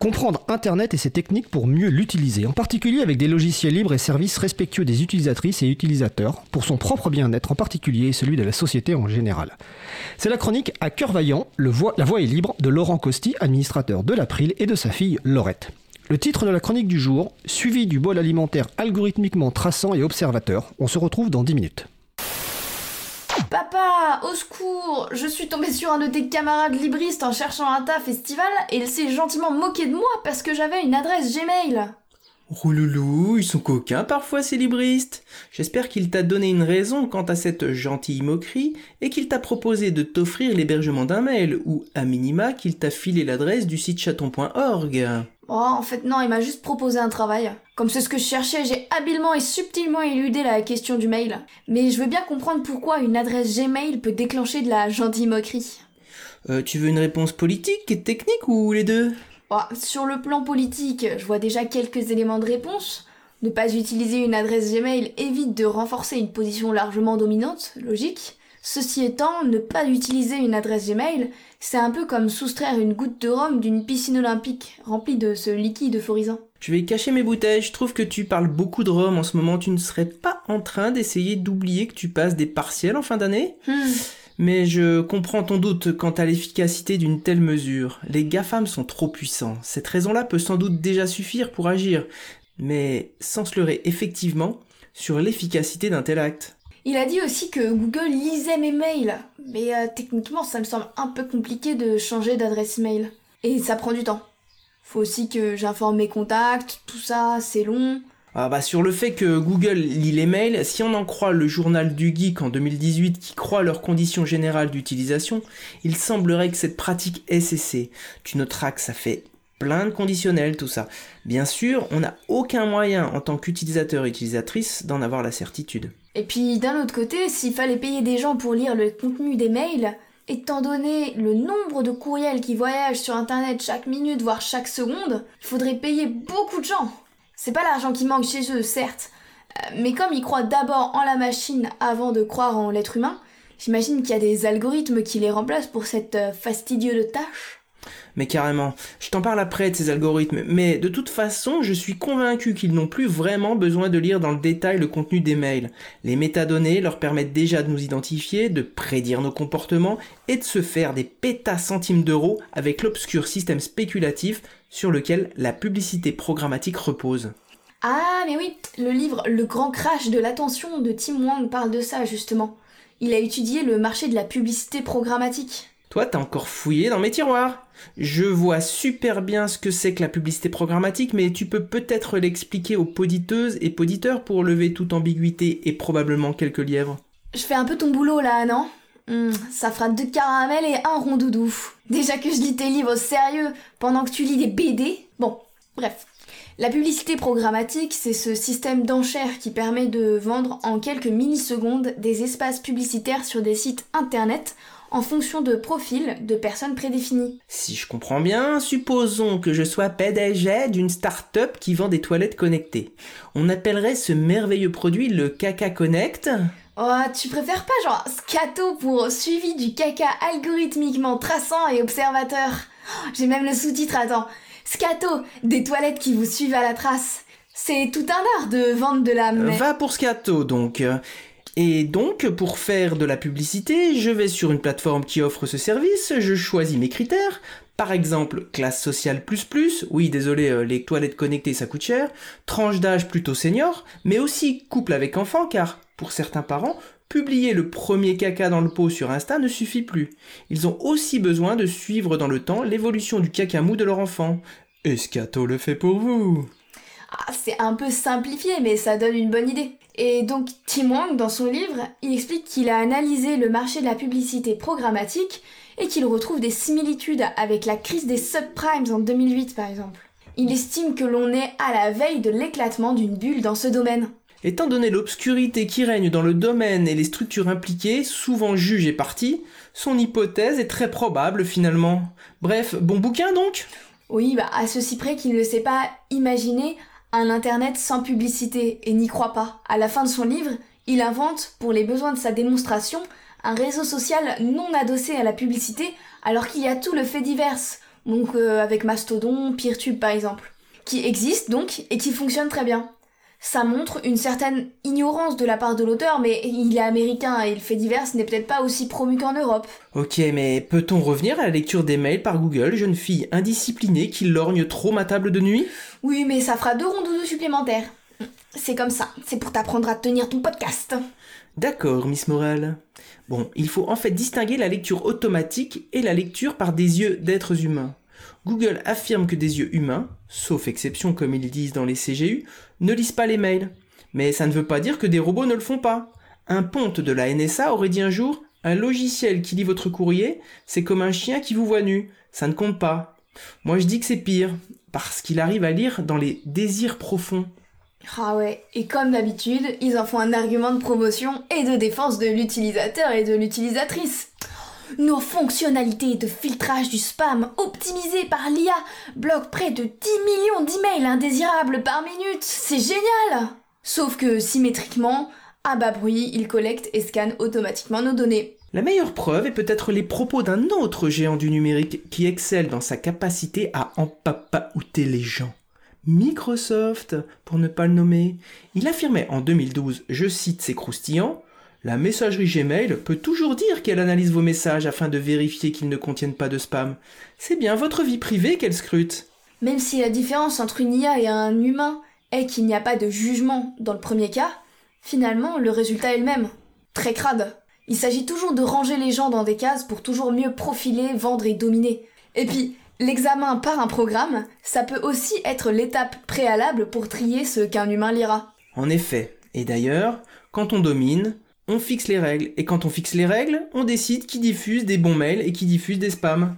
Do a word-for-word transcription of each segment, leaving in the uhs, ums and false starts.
Comprendre Internet et ses techniques pour mieux l'utiliser, en particulier avec des logiciels libres et services respectueux des utilisatrices et utilisateurs, pour son propre bien-être en particulier et celui de la société en général. C'est la chronique À cœur vaillant, le voix, la voix est libre de Laurent Costi, administrateur de l'April, et de sa fille Laurette. Le titre de la chronique du jour, suivi du bol alimentaire algorithmiquement traçant et observateur. On se retrouve dans dix minutes. Papa, au secours! Je suis tombée sur un de tes camarades libristes en cherchant un taf estival et il s'est gentiment moqué de moi parce que j'avais une adresse Gmail. Oh loulou, ils sont coquins parfois ces libristes. J'espère qu'il t'a donné une raison quant à cette gentille moquerie et qu'il t'a proposé de t'offrir l'hébergement d'un mail ou, à minima, qu'il t'a filé l'adresse du site chaton point org. Oh, en fait non, il m'a juste proposé un travail. Comme c'est ce que je cherchais, j'ai habilement et subtilement éludé la question du mail. Mais je veux bien comprendre pourquoi une adresse Gmail peut déclencher de la gentille moquerie. Euh, tu veux une réponse politique et technique ou les deux ? Oh, sur le plan politique, je vois déjà quelques éléments de réponse. Ne pas utiliser une adresse Gmail évite de renforcer une position largement dominante, logique. Ceci étant, ne pas utiliser une adresse Gmail, c'est un peu comme soustraire une goutte de rhum d'une piscine olympique, remplie de ce liquide euphorisant. Je vais cacher mes bouteilles, je trouve que tu parles beaucoup de rhum en ce moment, tu ne serais pas en train d'essayer d'oublier que tu passes des partiels en fin d'année ? Hmm. Mais je comprends ton doute quant à l'efficacité d'une telle mesure. Les GAFAM sont trop puissants. Cette raison-là peut sans doute déjà suffire pour agir, mais sans se leurrer effectivement sur l'efficacité d'un tel acte. Il a dit aussi que Google lisait mes mails, mais euh, techniquement ça me semble un peu compliqué de changer d'adresse mail. Et ça prend du temps. Faut aussi que j'informe mes contacts, tout ça, c'est long... Ah bah sur le fait que Google lit les mails, si on en croit le journal du Geek en deux mille dix-huit qui croit leurs conditions générales d'utilisation, il semblerait que cette pratique ait cessé. Tu noteras que ça fait plein de conditionnels tout ça. Bien sûr, on n'a aucun moyen en tant qu'utilisateur et utilisatrice d'en avoir la certitude. Et puis d'un autre côté, s'il fallait payer des gens pour lire le contenu des mails, étant donné le nombre de courriels qui voyagent sur internet chaque minute voire chaque seconde, il faudrait payer beaucoup de gens. C'est pas l'argent qui manque chez eux, certes, mais comme ils croient d'abord en la machine avant de croire en l'être humain, j'imagine qu'il y a des algorithmes qui les remplacent pour cette fastidieuse tâche. Mais carrément, je t'en parle après de ces algorithmes, mais de toute façon, je suis convaincu qu'ils n'ont plus vraiment besoin de lire dans le détail le contenu des mails. Les métadonnées leur permettent déjà de nous identifier, de prédire nos comportements et de se faire des pétacentimes d'euros avec l'obscur système spéculatif sur lequel la publicité programmatique repose. Ah mais oui, le livre Le Grand Crash de l'attention de Tim Wang parle de ça justement. Il a étudié le marché de la publicité programmatique. Toi, t'as encore fouillé dans mes tiroirs. Je vois super bien ce que c'est que la publicité programmatique, mais tu peux peut-être l'expliquer aux poditeuses et poditeurs pour lever toute ambiguïté et probablement quelques lièvres. Je fais un peu ton boulot là, non ? Mmh, ça fera deux caramels et un rondoudou. Déjà que je lis tes livres sérieux pendant que tu lis des B D. Bon, bref. La publicité programmatique, c'est ce système d'enchères qui permet de vendre en quelques millisecondes des espaces publicitaires sur des sites internet en fonction de profils de personnes prédéfinies. Si je comprends bien, supposons que je sois P D G d'une start-up qui vend des toilettes connectées. On appellerait ce merveilleux produit le Caca Connect ? Oh, tu préfères pas genre scato pour suivi du caca algorithmiquement traçant et observateur ? Oh, j'ai même le sous-titre, attends. Scato, des toilettes qui vous suivent à la trace. C'est tout un art de vendre de la... Mais... Va pour scato donc. Et donc, pour faire de la publicité, je vais sur une plateforme qui offre ce service, je choisis mes critères. Par exemple, classe sociale plus plus, oui désolé, les toilettes connectées ça coûte cher, tranche d'âge plutôt senior, mais aussi couple avec enfant car, pour certains parents, publier le premier caca dans le pot sur Insta ne suffit plus. Ils ont aussi besoin de suivre dans le temps l'évolution du caca mou de leur enfant. Et Scato le fait pour vous. Ah, c'est un peu simplifié, mais ça donne une bonne idée. Et donc, Tim Wang, dans son livre, il explique qu'il a analysé le marché de la publicité programmatique et qu'il retrouve des similitudes avec la crise des subprimes en deux mille huit, par exemple. Il estime que l'on est à la veille de l'éclatement d'une bulle dans ce domaine. Étant donné l'obscurité qui règne dans le domaine et les structures impliquées, souvent juges et parties, son hypothèse est très probable finalement. Bref, bon bouquin donc ? Oui, bah à ceci près qu'il ne sait pas imaginer un internet sans publicité et n'y croit pas. À la fin de son livre, il invente, pour les besoins de sa démonstration, un réseau social non adossé à la publicité alors qu'il y a tout le fait divers, donc euh, avec Mastodon, Peertube par exemple, qui existent donc et qui fonctionnent très bien. Ça montre une certaine ignorance de la part de l'auteur, mais il est américain et le fait divers n'est peut-être pas aussi promu qu'en Europe. Ok, mais peut-on revenir à la lecture des mails par Google, jeune fille indisciplinée qui lorgne trop ma table de nuit ? Oui, mais ça fera deux rondoudous supplémentaires. C'est comme ça, c'est pour t'apprendre à tenir ton podcast. D'accord, Miss Morale. Bon, il faut en fait distinguer la lecture automatique et la lecture par des yeux d'êtres humains. Google affirme que des yeux humains, sauf exception comme ils disent dans les C G U, ne lisent pas les mails. Mais ça ne veut pas dire que des robots ne le font pas. Un ponte de la N S A aurait dit un jour « Un logiciel qui lit votre courrier, c'est comme un chien qui vous voit nu. Ça ne compte pas. » Moi je dis que c'est pire, parce qu'il arrive à lire dans les désirs profonds. Ah ouais, et comme d'habitude, ils en font un argument de promotion et de défense de l'utilisateur et de l'utilisatrice. Nos fonctionnalités de filtrage du spam optimisées par l'I A bloquent près de dix millions d'emails indésirables par minute. C'est génial! Sauf que symétriquement, à bas bruit, ils collectent et scannent automatiquement nos données. La meilleure preuve est peut-être les propos d'un autre géant du numérique qui excelle dans sa capacité à empapaouter les gens. Microsoft, pour ne pas le nommer. Il affirmait en deux mille douze, je cite ses croustillants, « La messagerie Gmail peut toujours dire qu'elle analyse vos messages afin de vérifier qu'ils ne contiennent pas de spam. C'est bien votre vie privée qu'elle scrute. » Même si la différence entre une I A et un humain est qu'il n'y a pas de jugement dans le premier cas, finalement, le résultat est le même. Très crade. Il s'agit toujours de ranger les gens dans des cases pour toujours mieux profiler, vendre et dominer. Et puis, l'examen par un programme, ça peut aussi être l'étape préalable pour trier ce qu'un humain lira. En effet. Et d'ailleurs, quand on domine, on fixe les règles. Et quand on fixe les règles, on décide qui diffuse des bons mails et qui diffuse des spams.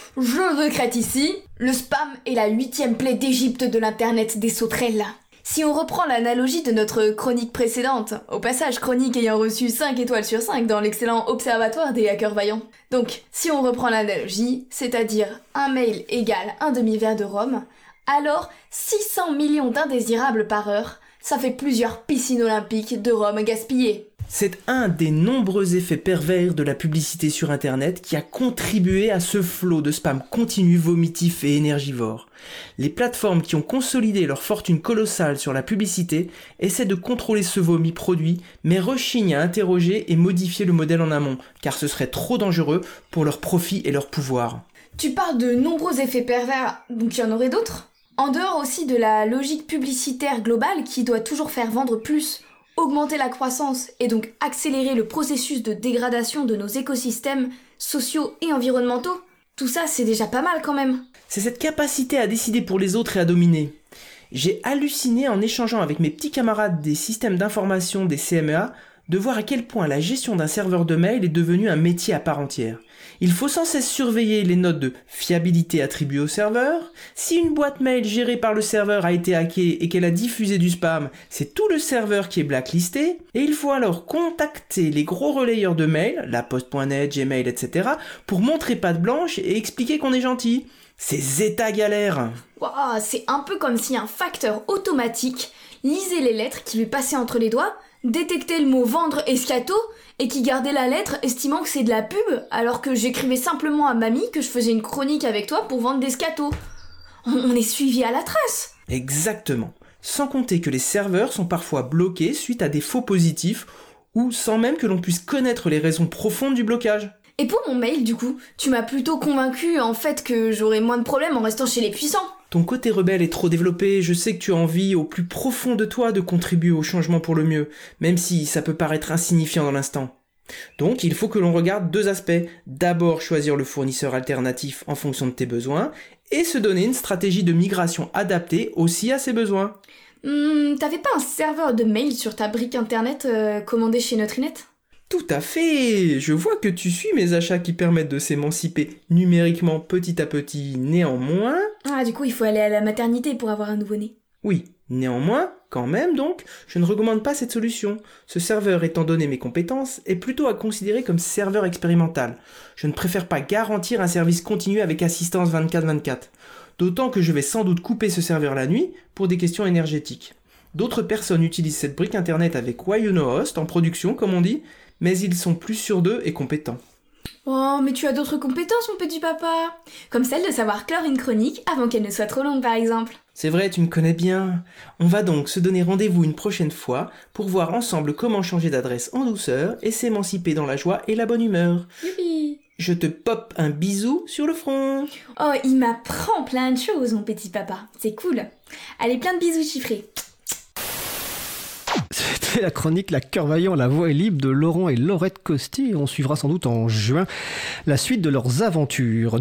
Je décrète ici, le spam est la huitième plaie d'Égypte de l'internet des sauterelles. Si on reprend l'analogie de notre chronique précédente, au passage chronique ayant reçu cinq étoiles sur cinq dans l'excellent observatoire des hackers vaillants. Donc, si on reprend l'analogie, c'est-à-dire un mail égale un demi-verre de rhum, alors six cents millions d'indésirables par heure, ça fait plusieurs piscines olympiques de rhum gaspillées. C'est un des nombreux effets pervers de la publicité sur Internet qui a contribué à ce flot de spam continu, vomitif et énergivore. Les plateformes qui ont consolidé leur fortune colossale sur la publicité essaient de contrôler ce vomi produit, mais rechignent à interroger et modifier le modèle en amont, car ce serait trop dangereux pour leur profit et leur pouvoir. Tu parles de nombreux effets pervers, donc il y en aurait d'autres ? En dehors aussi de la logique publicitaire globale qui doit toujours faire vendre plus, augmenter la croissance et donc accélérer le processus de dégradation de nos écosystèmes sociaux et environnementaux, tout ça c'est déjà pas mal quand même. C'est cette capacité à décider pour les autres et à dominer. J'ai halluciné en échangeant avec mes petits camarades des systèmes d'information des C M E A de voir à quel point la gestion d'un serveur de mail est devenue un métier à part entière. Il faut sans cesse surveiller les notes de fiabilité attribuées au serveur. Si une boîte mail gérée par le serveur a été hackée et qu'elle a diffusé du spam, c'est tout le serveur qui est blacklisté. Et il faut alors contacter les gros relayeurs de mail, la poste point net, Gmail, et cetera, pour montrer patte blanche et expliquer qu'on est gentil. C'est zéta galère. Wow, c'est un peu comme si un facteur automatique lisait les lettres qui lui passaient entre les doigts, détectait le mot vendre escato et qui gardait la lettre estimant que c'est de la pub alors que j'écrivais simplement à mamie que je faisais une chronique avec toi pour vendre des scatos. On est suivi à la trace. Exactement. Sans compter que les serveurs sont parfois bloqués suite à des faux positifs ou sans même que l'on puisse connaître les raisons profondes du blocage. Et pour mon mail, du coup, tu m'as plutôt convaincu en fait que j'aurais moins de problèmes en restant chez les puissants. Ton côté rebelle est trop développé, je sais que tu as envie au plus profond de toi de contribuer au changement pour le mieux, même si ça peut paraître insignifiant dans l'instant. Donc il faut que l'on regarde deux aspects. D'abord choisir le fournisseur alternatif en fonction de tes besoins, et se donner une stratégie de migration adaptée aussi à ses besoins. Hum, t'avais pas un serveur de mail sur ta brique internet euh, commandé chez Nutrinet ? Tout à fait. Je vois que tu suis mes achats qui permettent de s'émanciper numériquement petit à petit. Néanmoins... Ah, du coup, il faut aller à la maternité pour avoir un nouveau-né. Oui, néanmoins, quand même donc, je ne recommande pas cette solution. Ce serveur, étant donné mes compétences, est plutôt à considérer comme serveur expérimental. Je ne préfère pas garantir un service continu avec assistance vingt-quatre vingt-quatre. D'autant que je vais sans doute couper ce serveur la nuit pour des questions énergétiques. D'autres personnes utilisent cette brique internet avec Why You Know Host en production, comme on dit, mais ils sont plus sûrs d'eux et compétents. Oh, mais tu as d'autres compétences, mon petit papa. Comme celle de savoir clore une chronique avant qu'elle ne soit trop longue, par exemple. C'est vrai, tu me connais bien. On va donc se donner rendez-vous une prochaine fois pour voir ensemble comment changer d'adresse en douceur et s'émanciper dans la joie et la bonne humeur. Youpi. Je te pop un bisou sur le front. Oh, il m'apprend plein de choses, mon petit papa. C'est cool. Allez, plein de bisous chiffrés. C'était la chronique La Cœur Vaillant, la voix est libre de Laurent et Laurette Costi. On suivra sans doute en juin la suite de leurs aventures.